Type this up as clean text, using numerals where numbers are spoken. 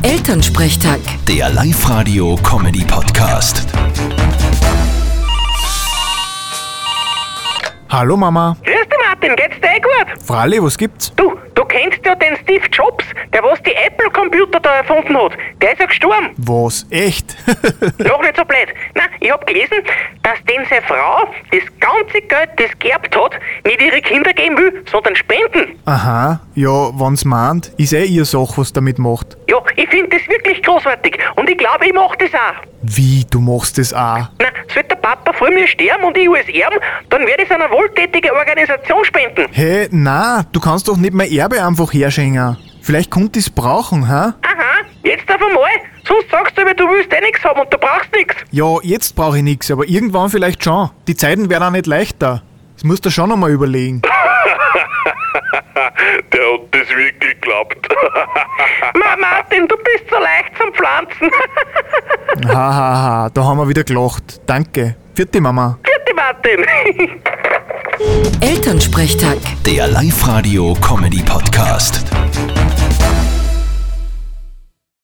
Elternsprechtag. Der Live-Radio-Comedy-Podcast. Hallo Mama. Grüß dich Martin, geht's dir gut? Fralli, was gibt's? Du kennst ja den Steve Jobs, der was die Apple-Computer da erfunden hat. Der ist ja gestorben. Was? Echt? Doch nicht so blöd. Nein, ich hab gelesen, dass denn seine Frau das ganze Geld, das geerbt hat, nicht ihre Kinder geben will, sondern spenden. Aha, ja, wenn's meint, ist ihr Sache, was damit macht. Ja, ich finde das wirklich großartig und ich glaube, ich mach das auch. Wie, du machst das auch? Na, sollte der Papa vor mir sterben und ich als Erben, dann werde ich es einer wohltätigen Organisation spenden. Hey, na, du kannst doch nicht mein Erbe einfach herschenken. Vielleicht kommt ich's brauchen, hä? Aha, jetzt auf einmal. Sonst sagst du immer, du willst nichts haben und du brauchst nichts. Ja, jetzt brauche ich nix, aber irgendwann vielleicht schon. Die Zeiten werden auch nicht leichter. Das musst du schon einmal überlegen. Der hat das wirklich geglaubt. Martin, du bist so leicht zum Pflanzen. Hahaha, da haben wir wieder gelacht. Danke. Vierte Mama. Vierte Martin. Elternsprechtag. Der Live-Radio-Comedy-Podcast.